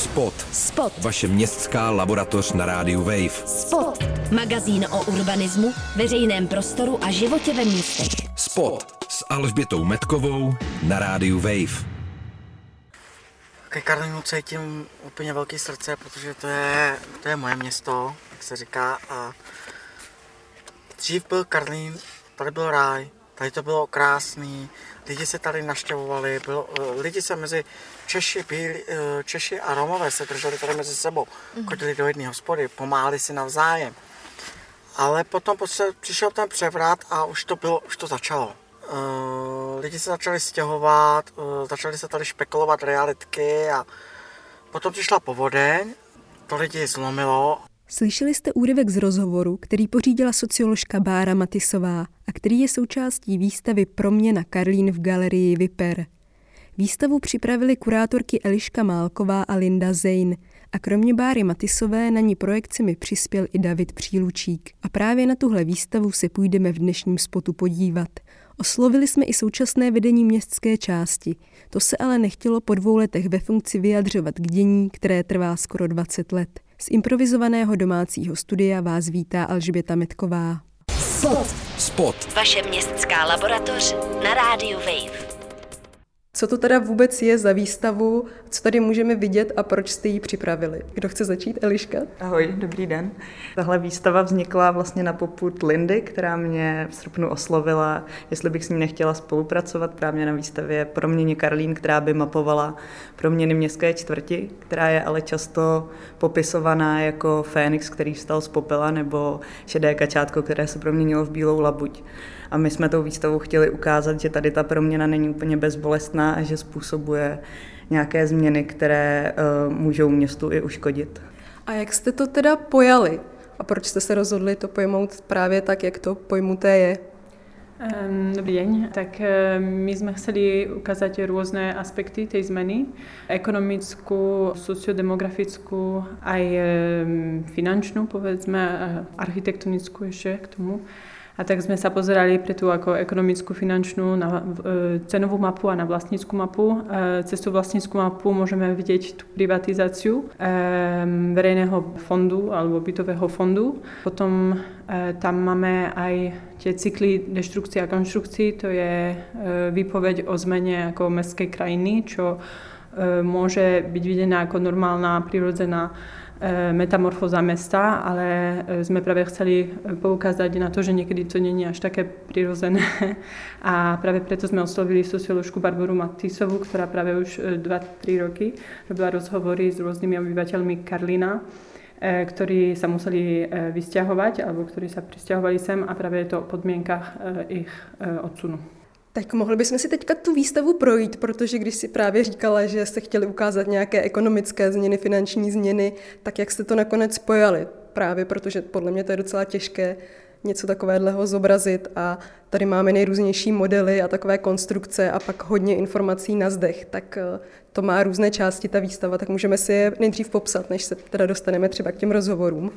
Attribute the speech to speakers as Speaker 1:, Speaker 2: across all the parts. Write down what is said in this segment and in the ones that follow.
Speaker 1: Spot. Vaše městská laboratoř na rádiu Wave.
Speaker 2: Spot. Magazín o urbanismu, veřejném prostoru a životě ve městech.
Speaker 1: Spot s Alžbětou Metkovou na rádiu Wave.
Speaker 3: Ke Karlínu cítím úplně velké srdce, protože to je moje město, jak se říká. A dřív byl Karlín, tady byl ráj, tady to bylo krásný, lidi se tady navštěvovali, lidi se mezi Češi a Romové se drželi tady mezi sebou, chodili do jedné hospody, pomáhali si navzájem. Ale potom přišel ten převrat a už to začalo. Lidi se začali stěhovat, začali se tady špekulovat realitky a potom přišla povodeň, to lidi zlomilo.
Speaker 4: Slyšeli jste úryvek z rozhovoru, který pořídila socioložka Bára Matisová a který je součástí výstavy Proměna Karlín v galerii Viper. Výstavu připravili kurátorky Eliška Málková a Linda Zejn a kromě Báry Matisové na ní projekcemi přispěl i David Přílučík. A právě na tuhle výstavu se půjdeme v dnešním spotu podívat. Oslovili jsme i současné vedení městské části. To se ale nechtělo po 2 letech ve funkci vyjadřovat k dění, které trvá skoro 20 let. Z improvizovaného domácího studia vás vítá Alžběta Metková.
Speaker 2: Spot. Vaše městská laboratoř na rádiu Wave.
Speaker 4: Co to teda vůbec je za výstavu, co tady můžeme vidět a proč jste ji připravili? Kdo chce začít? Eliška?
Speaker 5: Ahoj, dobrý den. Tahle výstava vznikla vlastně na popud Lindy, která mě v srpnu oslovila, jestli bych s ní nechtěla spolupracovat právě na výstavě Proměně Karlín, která by mapovala proměny městské čtvrti, která je ale často popisovaná jako Fénix, který vstal z popela, nebo šedé kačátko, které se proměnilo v bílou labuť. A my jsme tou výstavou chtěli ukázat, že tady ta proměna není úplně bezbolestná a že způsobuje nějaké změny, které můžou městu i uškodit.
Speaker 4: A jak jste to teda pojali? A proč jste se rozhodli to pojmout právě tak, jak to pojmuté je?
Speaker 6: Dobrý deň. Tak my sme chceli ukázať rôzne aspekty tej zmeny. Ekonomickú, sociodemografickú, aj finančnú, povedzme, architektonickú ešte k tomu. A tak sme sa pozerali pre tú ako ekonomickú, finančnú, na cenovú mapu a na vlastnícku mapu. Cez tú vlastnícku mapu môžeme vidieť tú privatizáciu verejného fondu alebo bytového fondu. Potom tam máme aj tie cykly deštrukcie a konštrukcií, to je výpoveď o zmene ako mestskej krajiny, čo môže byť videná ako normálna, prirodzená metamorfóza mesta, ale sme práve chceli poukázať na to, že niekedy to nie je až také prirodzené. A práve preto sme oslovili socioložku Barboru Matisovú, ktorá práve už 2-3 roky robila rozhovory s rôznymi obyvateľmi Karlína, ktorí sa museli vysťahovať, alebo ktorí sa prisťahovali sem a práve je to o podmienkach ich odsunu.
Speaker 4: Tak mohli bychom si teďka tu výstavu projít, protože když si právě říkala, že jste chtěli ukázat nějaké ekonomické změny, finanční změny, tak jak jste to nakonec pojali? Právě protože podle mě to je docela těžké něco takového zobrazit a tady máme nejrůznější modely a takové konstrukce a pak hodně informací na zdech, tak to má různé části ta výstava, tak můžeme si je nejdřív popsat, než se teda dostaneme třeba k těm rozhovorům.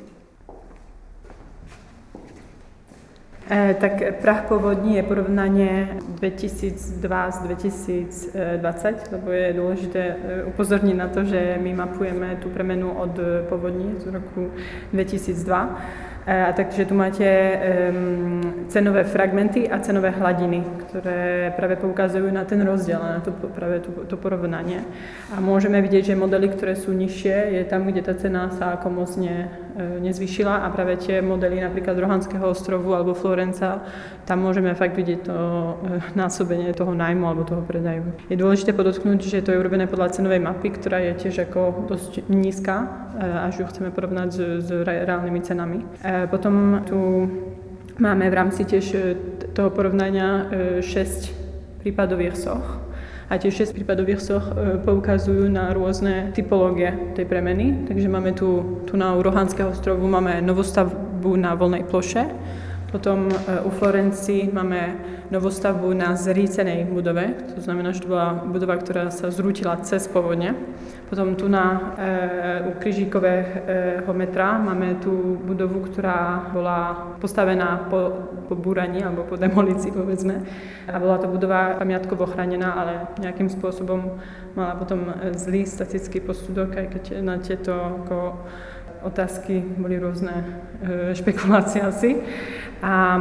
Speaker 6: Tak prah povodní je porovnanie 2002 s 2020, lebo je dôležité upozorniť na to, že my mapujeme tú premenu od povodní z roku 2002. A takže tu máte cenové fragmenty a cenové hladiny, ktoré práve poukazujú na ten rozdiel, na to porovnanie. A môžeme vidieť, že modely, ktoré sú nižšie, je tam, kde tá cena sa ako moc nezvýšila a práve tie modely napríklad Rohanského ostrovu alebo Florenca, tam môžeme fakt vidieť to násobenie toho nájmu alebo toho predaju. Je dôležité podotknúť, že to je urobené podľa cenovej mapy, ktorá je tiež ako dosť nízka, až ju chceme porovnať s reálnymi cenami. Potom tu máme v rámci tiež toho porovnania 6 prípadových soch. A tie 6 prípadových soch poukazujú na rôzne typológie tej premeny. Takže máme tu na Rohanského ostrovu máme novostavbu na voľnej ploše, Potom u Florencii máme novostavbu na zrýcenej budove, to znamená, že to bola budova, ktorá sa zrútila cez povodne. Potom tu u Križíkového metra máme tú budovu, ktorá bola postavená po búraní alebo po demolícii, povedzme. A bola to budova pamiatkovo chránená, ale nejakým spôsobom mala potom zlý statický posudok, aj keď na tieto otázky boli rôzne špekulácie asi. A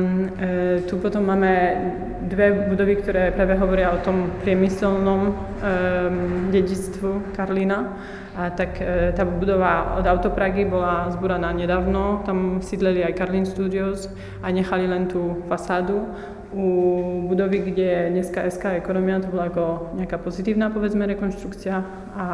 Speaker 6: tu potom máme dve budovy, ktoré práve hovoria o tom priemyselnom dedičstvu Karlína. A tak tá budova od Autopragy bola zbúraná nedávno, tam sídleli aj Karlín Studios a nechali len tú fasádu. U budovy, kde je dneska SK Ekonomia, to bola ako nejaká pozitívna, povedzme, rekonštrukcia. A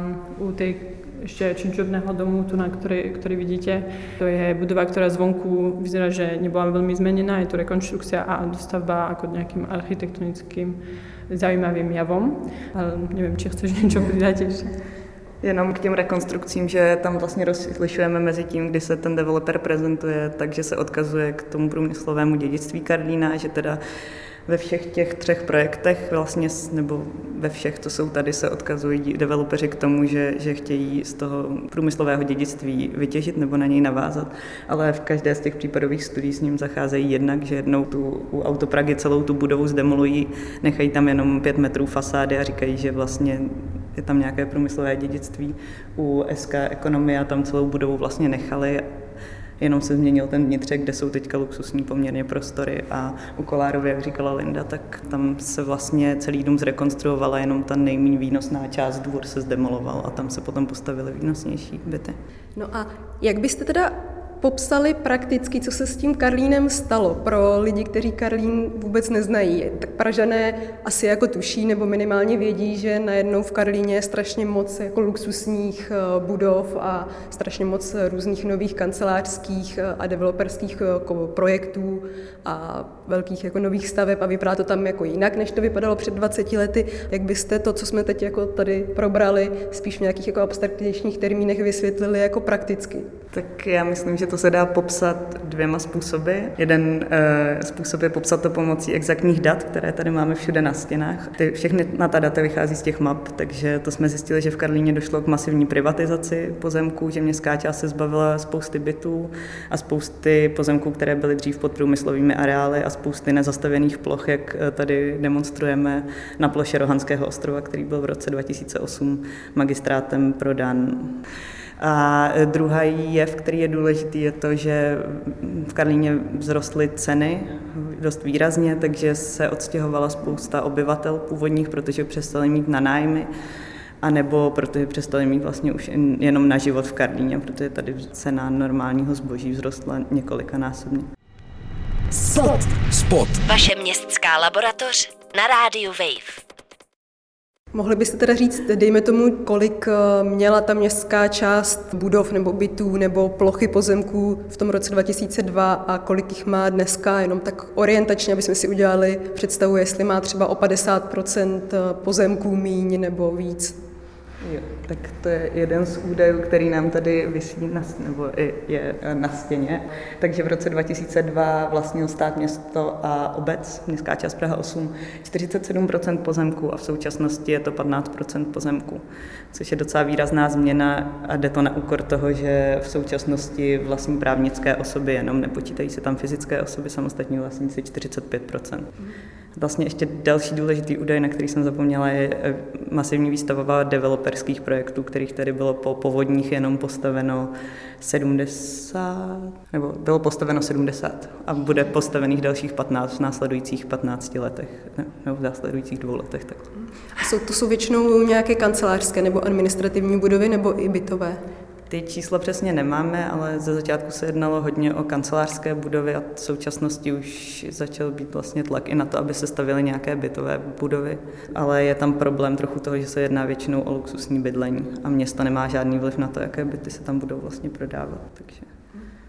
Speaker 6: u tej ešte činčovného domu, tu na ktorý vidíte, to je budova, ktorá zvonku vyzerá, že nebola veľmi zmenená, je to rekonštrukcia a dostavba ako nejakým architektonickým zaujímavým javom. Ale neviem, či chceš niečo pridať ešte.
Speaker 5: Jenom k těm rekonstrukcím, že tam vlastně rozlišujeme mezi tím, kdy se ten developer prezentuje, takže se odkazuje k tomu průmyslovému dědictví Karlína, že teda ve všech těch 3 projektech vlastně, nebo ve všech, co jsou tady, se odkazují developeři k tomu, že chtějí z toho průmyslového dědictví vytěžit nebo na něj navázat, ale v každé z těch případových studií s ním zacházejí jednak, že jednou u Autopragy celou tu budovu zdemolují, nechají tam jenom 5 metrů fasády a říkají, že vlastně je tam nějaké průmyslové dědictví. U SK Ekonomia tam celou budovu vlastně nechali, jenom se změnil ten vnitřek, kde jsou teďka luxusní poměrně prostory a u Kolárovy, jak říkala Linda, tak tam se vlastně celý dům zrekonstruovala, jenom ta nejméně výnosná část, dvůr se zdemoloval a tam se potom postavily výnosnější byty.
Speaker 4: No a jak byste teda popsali prakticky, co se s tím Karlínem stalo pro lidi, kteří Karlín vůbec neznají? Tak Pražané asi jako tuší nebo minimálně vědí, že najednou v Karlíně je strašně moc jako luxusních budov a strašně moc různých nových kancelářských a developerských projektů a velkých jako nových staveb a vypadá to tam jako jinak, než to vypadalo před 20 lety. Jak byste to, co jsme teď jako tady probrali, spíš v nějakých jako abstraktnějších termínech vysvětlili jako prakticky?
Speaker 5: Tak já myslím, že to se dá popsat 2 způsoby. Jeden způsob je popsat to pomocí exaktních dat, které tady máme všude na stěnách. Všechny ta data vychází z těch map, takže to jsme zjistili, že v Karlíně došlo k masivní privatizaci pozemků, že městská část se zbavila spousty bytů a spousty pozemků, které byly dřív pod průmyslovými areály a spousty nezastavěných ploch, jak tady demonstrujeme na ploše Rohanského ostrova, který byl v roce 2008 magistrátem prodán. A druhý jev, který je důležitý, je to, že v Karlíně vzrostly ceny dost výrazně, takže se odstěhovala spousta obyvatel původních, protože přestali mít na nájmy, anebo protože přestali mít vlastně už jenom na život v Karlíně, protože tady cena normálního zboží vzrostla několikanásobně.
Speaker 2: Spot. Vaše městská laboratoř na rádiu Wave.
Speaker 4: Mohli byste teda říct, dejme tomu, kolik měla ta městská část budov nebo bytů nebo plochy pozemků v tom roce 2002 a kolik jich má dneska, jenom tak orientačně, aby jsme si udělali představu, jestli má třeba o 50% pozemků míň nebo víc.
Speaker 5: Jo, tak to je jeden z údajů, který nám tady visí nebo je na stěně. Takže v roce 2002 vlastnil stát, město a obec, městská část Praha 8, 47% pozemků a v současnosti je to 15% pozemků, což je docela výrazná změna a jde to na úkor toho, že v současnosti vlastní právnické osoby, jenom nepočítají se tam fyzické osoby, samostatní vlastníci 45%. Vlastně ještě další důležitý údaj, na který jsem zapomněla, je masivní výstavba developerských projektů, kterých tady bylo po povodních jenom postaveno 70, nebo bylo postaveno 70 a bude postavených dalších 15 v následujících 15 letech, nebo v následujících 2 letech. Tak.
Speaker 4: To jsou většinou nějaké kancelářské nebo administrativní budovy nebo i bytové?
Speaker 5: Ty čísla přesně nemáme, ale ze začátku se jednalo hodně o kancelářské budovy a v současnosti už začal být vlastně tlak i na to, aby se stavěly nějaké bytové budovy. Ale je tam problém trochu toho, že se jedná většinou o luxusní bydlení a město nemá žádný vliv na to, jaké byty se tam budou vlastně prodávat. Takže.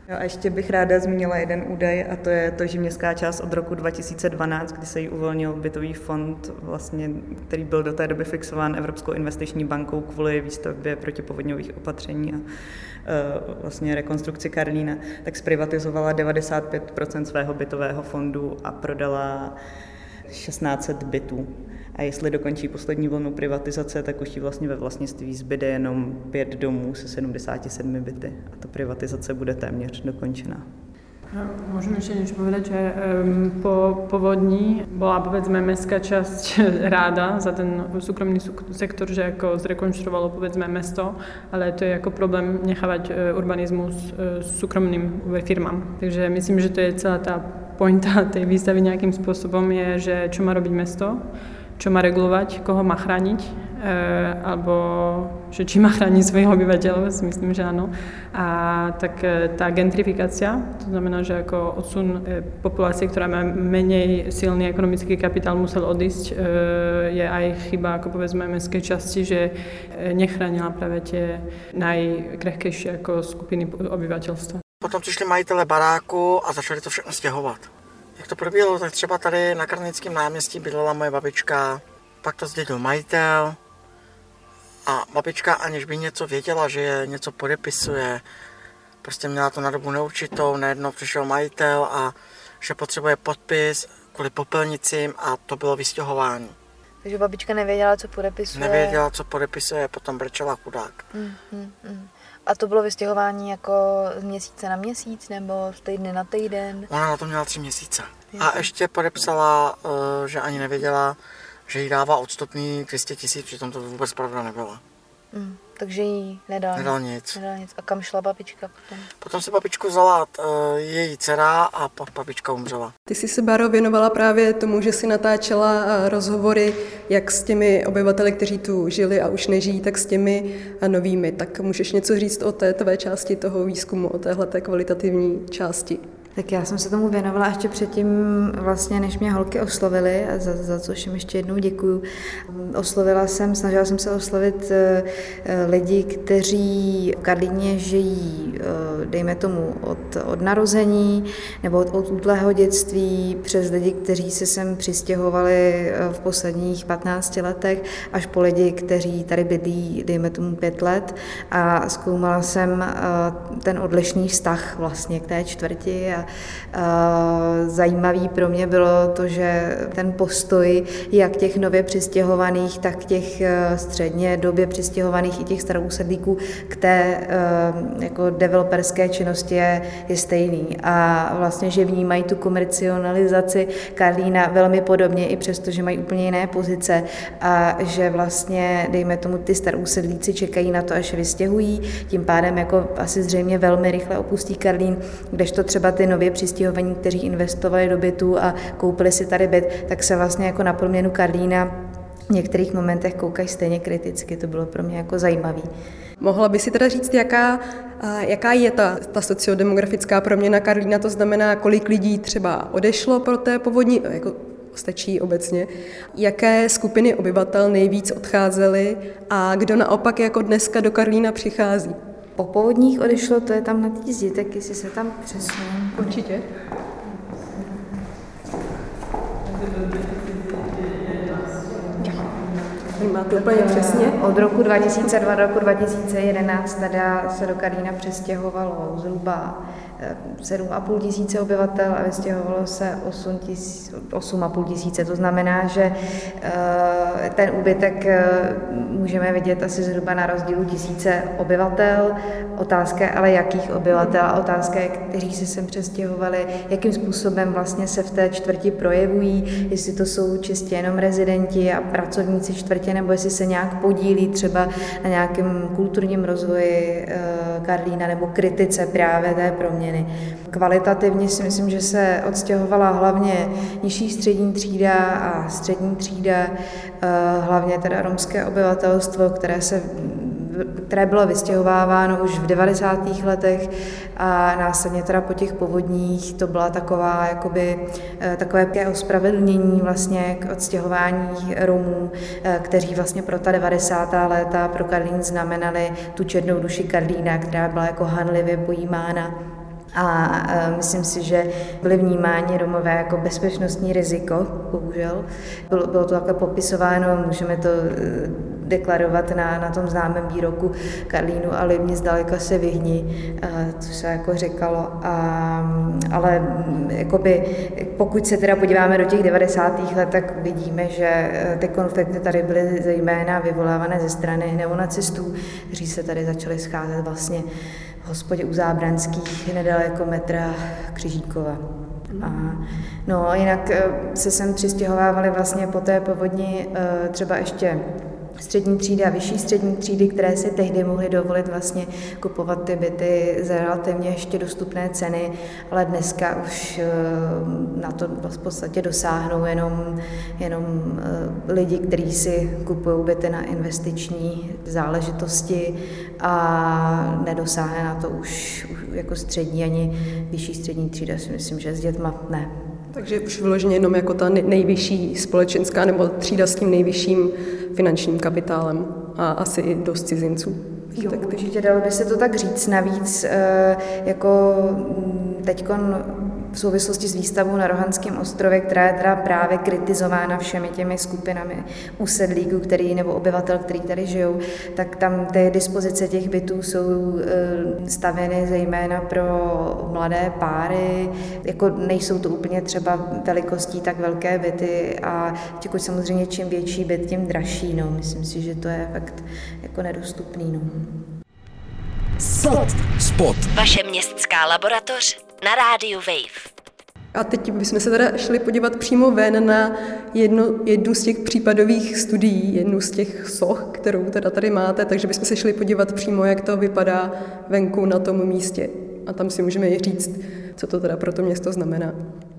Speaker 5: A ještě bych ráda zmínila jeden údaj, a to je to, že městská část od roku 2012, kdy se jí uvolnil bytový fond, vlastně, který byl do té doby fixován Evropskou investiční bankou kvůli výstavbě protipovodňových opatření a vlastně rekonstrukci Karlína, tak zprivatizovala 95% svého bytového fondu a prodala 1600 bytů. A jestli dokončí poslední vlnu privatizace, tak už jí vlastně ve vlastnictví zbyde jenom 5 domů se 77 byty. A ta privatizace bude téměř dokončená.
Speaker 6: Môžem ešte niečo povedať, že po povodní bola, povedzme, mestská časť ráda za ten súkromný sektor, že ako zrekonštruovalo, povedzme, mesto, ale to je ako problém nechávať urbanizmus súkromným firmám. Takže myslím, že to je celá tá pointa tej výstavy nejakým spôsobom je, že čo má robiť mesto, čo má regulovať, koho má chrániť, alebo že či má chrániť svojich obyvateľov, si myslím, že áno. A tak tá gentrifikácia, to znamená, že ako odsun populácie, ktorá má menej silný ekonomický kapitál, musel odísť, je aj chyba, ako povedzme, mestskej časti, že nechránila práve tie najkrehkejšie ako skupiny obyvateľstva.
Speaker 3: Potom přišli majitele baráku a začali to všechno stěhovat. Jak to probíhalo, tak třeba tady na Karlínském náměstí bydlela moje babička, pak to zdědil majitel a babička, aniž by něco věděla, že něco podepisuje, prostě měla to na dobu neurčitou, najednou přišel majitel a že potřebuje podpis kvůli popelnicím a to bylo vystěhování.
Speaker 7: Takže babička nevěděla, co podepisuje?
Speaker 3: Nevěděla, co podepisuje, potom brečela chudák.
Speaker 7: A to bylo vystěhování jako z měsíce na měsíc nebo z týdne na týden?
Speaker 3: Ona na to měla 3 měsíce. A ještě podepsala, že ani nevěděla, že jí dává odstupný 200 000, přitom to vůbec pravda nebyla.
Speaker 7: Takže jí nedal
Speaker 3: nic.
Speaker 7: A kam šla babička potom?
Speaker 3: Potom se babičku vzala její dcera a pak babička umřela.
Speaker 4: Ty jsi se, Báro, věnovala právě tomu, že si natáčela rozhovory jak s těmi obyvateli, kteří tu žili a už nežijí, tak s těmi novými. Tak můžeš něco říct o té tvé části toho výzkumu, o téhleté kvalitativní části?
Speaker 7: Tak já jsem se tomu věnovala ještě předtím, vlastně, než mě holky oslovily, a za což jim ještě jednou děkuju. Snažila jsem se oslovit lidi, kteří v Karlíně žijí, dejme tomu, od narození nebo od útlého dětství, přes lidi, kteří se sem přistěhovali v posledních 15 letech, až po lidi, kteří tady bydlí, dejme tomu, 5 let. A zkoumala jsem ten odlišný vztah vlastně k té čtvrti a zajímavý pro mě bylo to, že ten postoj jak těch nově přistěhovaných, tak těch středně době přistěhovaných i těch starousedlíků k té jako developerské činnosti je stejný. A vlastně, že vnímají tu komercionalizaci Karlína velmi podobně, i přesto, že mají úplně jiné pozice a že vlastně, dejme tomu, ty starousedlíci čekají na to, až vystěhují, tím pádem jako asi zřejmě velmi rychle opustí Karlín, kdežto třeba ty nově přistěhovaní, kteří investovali do bytů a koupili si tady byt, tak se vlastně jako na proměnu Karlína v některých momentech koukají stejně kriticky. To bylo pro mě jako zajímavý.
Speaker 4: Mohla by si teda říct, jaká je ta sociodemografická proměna Karlína, to znamená, kolik lidí třeba odešlo pro té povodní, jako stačí obecně, jaké skupiny obyvatel nejvíc odcházely a kdo naopak jako dneska do Karlína přichází?
Speaker 7: Po povodních odešlo, to je tam na té zdi, tak jestli se tam přesunu.
Speaker 4: Určitě. Máte úplně přesně.
Speaker 7: Od roku 2002 do roku 2011 teda se do Karlína přestěhovalo zhruba 7,5 tisíce obyvatel a vystěhovalo se 8,5 tisíce. To znamená, že ten úbytek můžeme vidět asi zhruba na rozdílu 1000 obyvatel. Otázka ale jakých obyvatel a otázka, kteří se sem přestěhovali, jakým způsobem vlastně se v té čtvrti projevují, jestli to jsou čistě jenom rezidenti a pracovníci čtvrtě, nebo jestli se nějak podílí třeba na nějakém kulturním rozvoji Karlína nebo kritice právě té proměny. Kvalitativně si myslím, že se odstěhovala hlavně nižší střední třída a střední třída, hlavně teda romské obyvatelstvo, které bylo vystěhováváno už v 90. letech a následně teda po těch povodních to byla takové ospravedlnění vlastně k odstěhování Romů, kteří vlastně pro ta 90. léta pro Karlín znamenali tu černou duši Karlína, která byla jako hanlivě pojímána A myslím si, že byly vnímáni Romové jako bezpečnostní riziko, bohužel. Bylo to takhle popisováno, můžeme to deklarovat na tom známém výroku Karlínu a Libni zdaleka se vyhni, což se jako říkalo. Ale jakoby, pokud se teda podíváme do těch 90. let, tak vidíme, že ty konflikty tady byly zejména vyvolávané ze strany neonacistů, kteří se tady začali scházet vlastně v hospodě u Zábranských, nedaleko metra Křižíkova. No jinak se sem přistěhovávali vlastně po té povodni třeba ještě střední třídy a vyšší střední třídy, které si tehdy mohly dovolit vlastně kupovat ty byty za relativně ještě dostupné ceny, ale dneska už na to v podstatě dosáhnou jenom lidi, kteří si kupují byty na investiční záležitosti a nedosáhne na to už jako střední ani vyšší střední třída, si myslím, že s dětma ne.
Speaker 4: Takže už vyloženě jenom jako ta nejvyšší společenská nebo třída s tím nejvyšším finančním kapitálem a asi i dost cizinců.
Speaker 7: Jo, určitě dalo by se to tak říct. Navíc jako teďkon v souvislosti s výstavou na Rohanském ostrově, která je teda právě kritizována všemi těmi skupinami usedlíků, nebo obyvatel, který tady žijou, tak tam ty dispozice těch bytů jsou stavěny zejména pro mladé páry, jako nejsou to úplně třeba velikostí tak velké byty a pokud samozřejmě čím větší byt, tím dražší, no. Myslím si, že to je fakt jako nedostupný, no.
Speaker 2: Spot. Vaše městská laboratoř na rádiu Wave.
Speaker 4: A teď bychom se teda šli podívat přímo ven na jednu z těch případových studií, jednu z těch soch, kterou teda tady máte, takže bychom se šli podívat přímo, jak to vypadá venku na tom místě. A tam si můžeme i říct, co to teda pro to město znamená.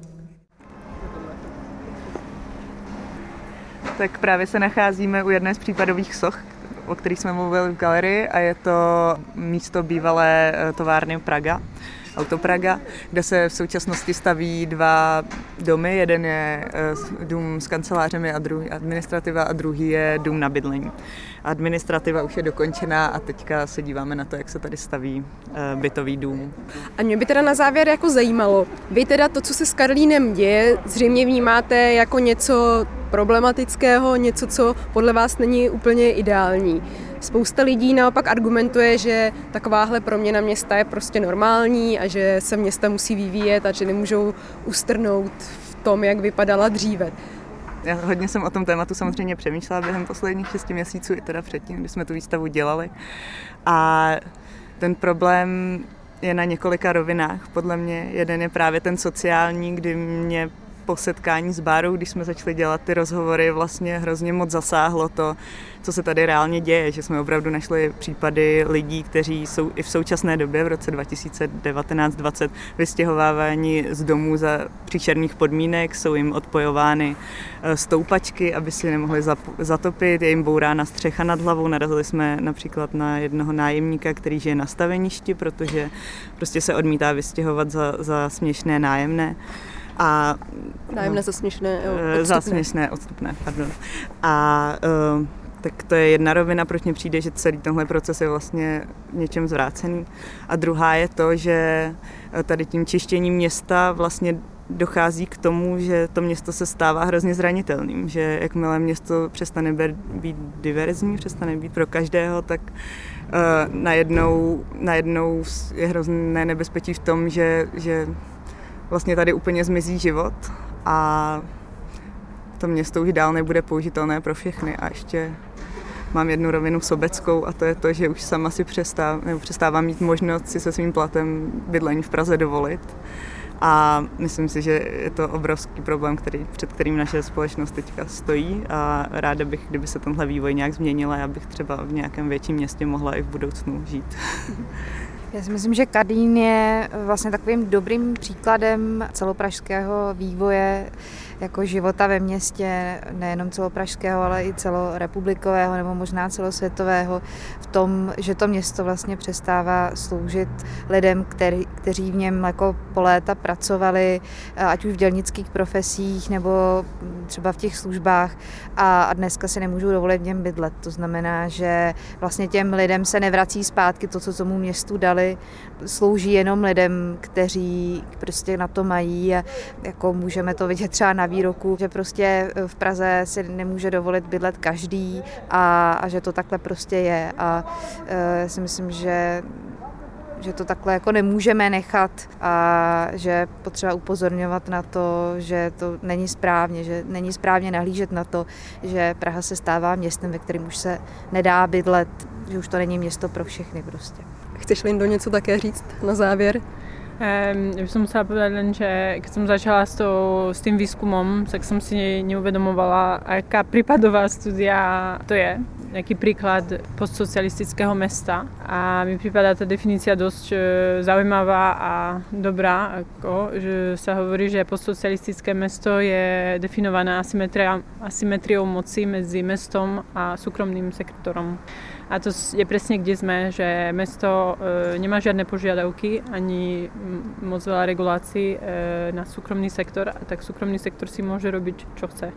Speaker 5: Tak právě se nacházíme u jedné z případových soch, o kterých jsme mluvili v galerii, a je to místo bývalé továrny Praga, Autopraga, kde se v současnosti staví dva domy. Jeden je dům s kancelářemi a druhý administrativa a druhý je dům na bydlení. Administrativa už je dokončená a teďka se díváme na to, jak se tady staví bytový dům.
Speaker 4: A mě by teda na závěr jako zajímalo, vy teda to, co se s Karlínem děje, zřejmě vnímáte jako něco problematického, něco, co podle vás není úplně ideální. Spousta lidí naopak argumentuje, že takováhle proměna města je prostě normální a že se města musí vyvíjet a že nemůžou ustrnout v tom, jak vypadala dříve.
Speaker 5: Já hodně jsem o tom tématu samozřejmě přemýšlela během posledních 6 měsíců, i teda předtím, když jsme tu výstavu dělali. A ten problém je na několika rovinách, podle mě. Jeden je právě ten sociální, kdy mě po setkání s Bárou, když jsme začali dělat ty rozhovory, vlastně hrozně moc zasáhlo to, co se tady reálně děje, že jsme opravdu našli případy lidí, kteří jsou i v současné době, v roce 2019-20, vystěhováváni z domů za příšerných podmínek, jsou jim odpojovány stoupačky, aby si nemohli zatopit, je jim bourána střecha nad hlavou. Narazili jsme například na jednoho nájemníka, který žije na staveništi, protože prostě se odmítá vystěhovat za směšné nájemné. A
Speaker 4: nájemné za směšné odstupné.
Speaker 5: Za směšné odstupné, pardon. A tak to je jedna rovina, proč mně přijde, že celý tenhle proces je vlastně něčem zvrácený. A druhá je to, že tady tím čištěním města vlastně dochází k tomu, že to město se stává hrozně zranitelným, že jakmile město přestane být diverzní, přestane být pro každého, tak najednou je hrozné nebezpečí v tom, že vlastně tady úplně zmizí život a to město už dál nebude použitelné pro všechny. A ještě mám jednu rovinu sobeckou a to je to, že už sama si přestávám mít možnost si se svým platem bydlení v Praze dovolit. A myslím si, že je to obrovský problém, před kterým naše společnost teďka stojí a ráda bych, kdyby se tenhle vývoj nějak změnil a já bych třeba v nějakém větším městě mohla i v budoucnu žít.
Speaker 7: Já si myslím, že Karlín je vlastně takovým dobrým příkladem celopražského vývoje, jako života ve městě, nejenom celopražského, ale i celorepublikového nebo možná celosvětového, v tom, že to město vlastně přestává sloužit lidem, kteří v něm jako po léta pracovali, ať už v dělnických profesích nebo třeba v těch službách a dneska si nemůžou dovolit v něm bydlet. To znamená, že vlastně těm lidem se nevrací zpátky to, co tomu městu dali, slouží jenom lidem, kteří prostě na to mají a jako můžeme to vidět třeba na výroku, že prostě v Praze si nemůže dovolit bydlet každý a že to takhle prostě je a já si myslím, že to takhle jako nemůžeme nechat a že potřeba upozorňovat na to, že to není správně, že není správně nahlížet na to, že Praha se stává městem, ve kterém už se nedá bydlet, že už to není město pro všechny prostě.
Speaker 4: Chceš, Lindo, něco také říct na závěr?
Speaker 6: Ja by som musela povedať len, že keď som začala s tým výskumom, tak som si neuvedomovala, aká prípadová studia to je. Nejaký príklad postsocialistického mesta. A mi prípada tá definícia dosť zaujímavá a dobrá, ako, že sa hovorí, že postsocialistické mesto je definované asymetriou moci medzi mestom a súkromným sektorom. A to je presne, kde sme, že mesto nemá žiadne požiadavky ani moc veľa regulácií na súkromný sektor, tak súkromný sektor si môže robiť, čo chce.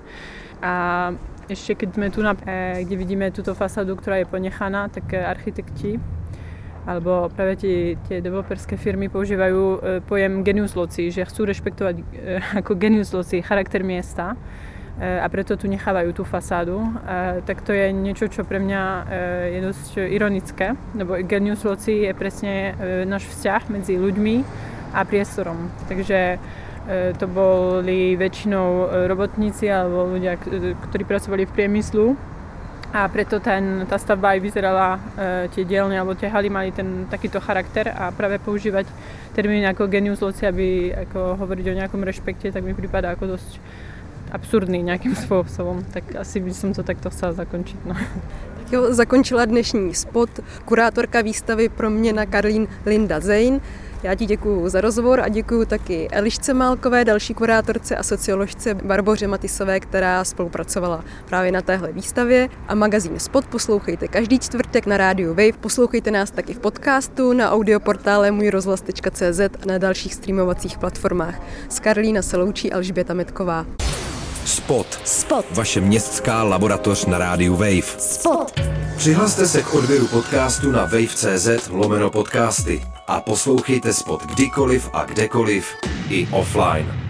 Speaker 6: A ešte keď sme tu, kde vidíme túto fasádu, ktorá je ponechaná, tak architekti alebo práve tie developerské firmy používajú pojem genius loci, že chcú rešpektovať ako genius loci charakter miesta. A preto tu nechávajú tú fasádu, tak to je niečo, čo pre mňa je dosť ironické, lebo genius loci je presne náš vzťah medzi ľuďmi a priestorom. Takže to boli väčšinou robotníci alebo ľudia, ktorí pracovali v priemyslu a preto tá stavba aj vyzerala, tie dielne alebo tie haly mali takýto charakter a práve používať termín ako genius loci, aby ako hovoriť o nejakom rešpekte, tak mi prípada ako dosť absurdný nějakým způsobem, tak asi bych to takto chcela zakončit. No.
Speaker 4: Jo, zakončila dnešní spot kurátorka výstavy Proměna Karlín Linda Zejn. Já ti děkuju za rozhovor a děkuju taky Elišce Málkové, další kurátorce a socioložce Barboře Matisové, která spolupracovala právě na téhle výstavě. A magazín Spot poslouchejte každý čtvrtek na rádiu Wave, poslouchejte nás taky v podcastu, na audioportále můjrozhlas.cz a na dalších streamovacích platformách. Z Karlína se loučí Alžběta Metková.
Speaker 1: Spot. Vaše městská laboratoř na rádiu Wave.
Speaker 2: Spot.
Speaker 1: Přihlaste se k odběru podcastu na wave.cz/podcasty a poslouchejte Spot kdykoliv a kdekoliv i offline.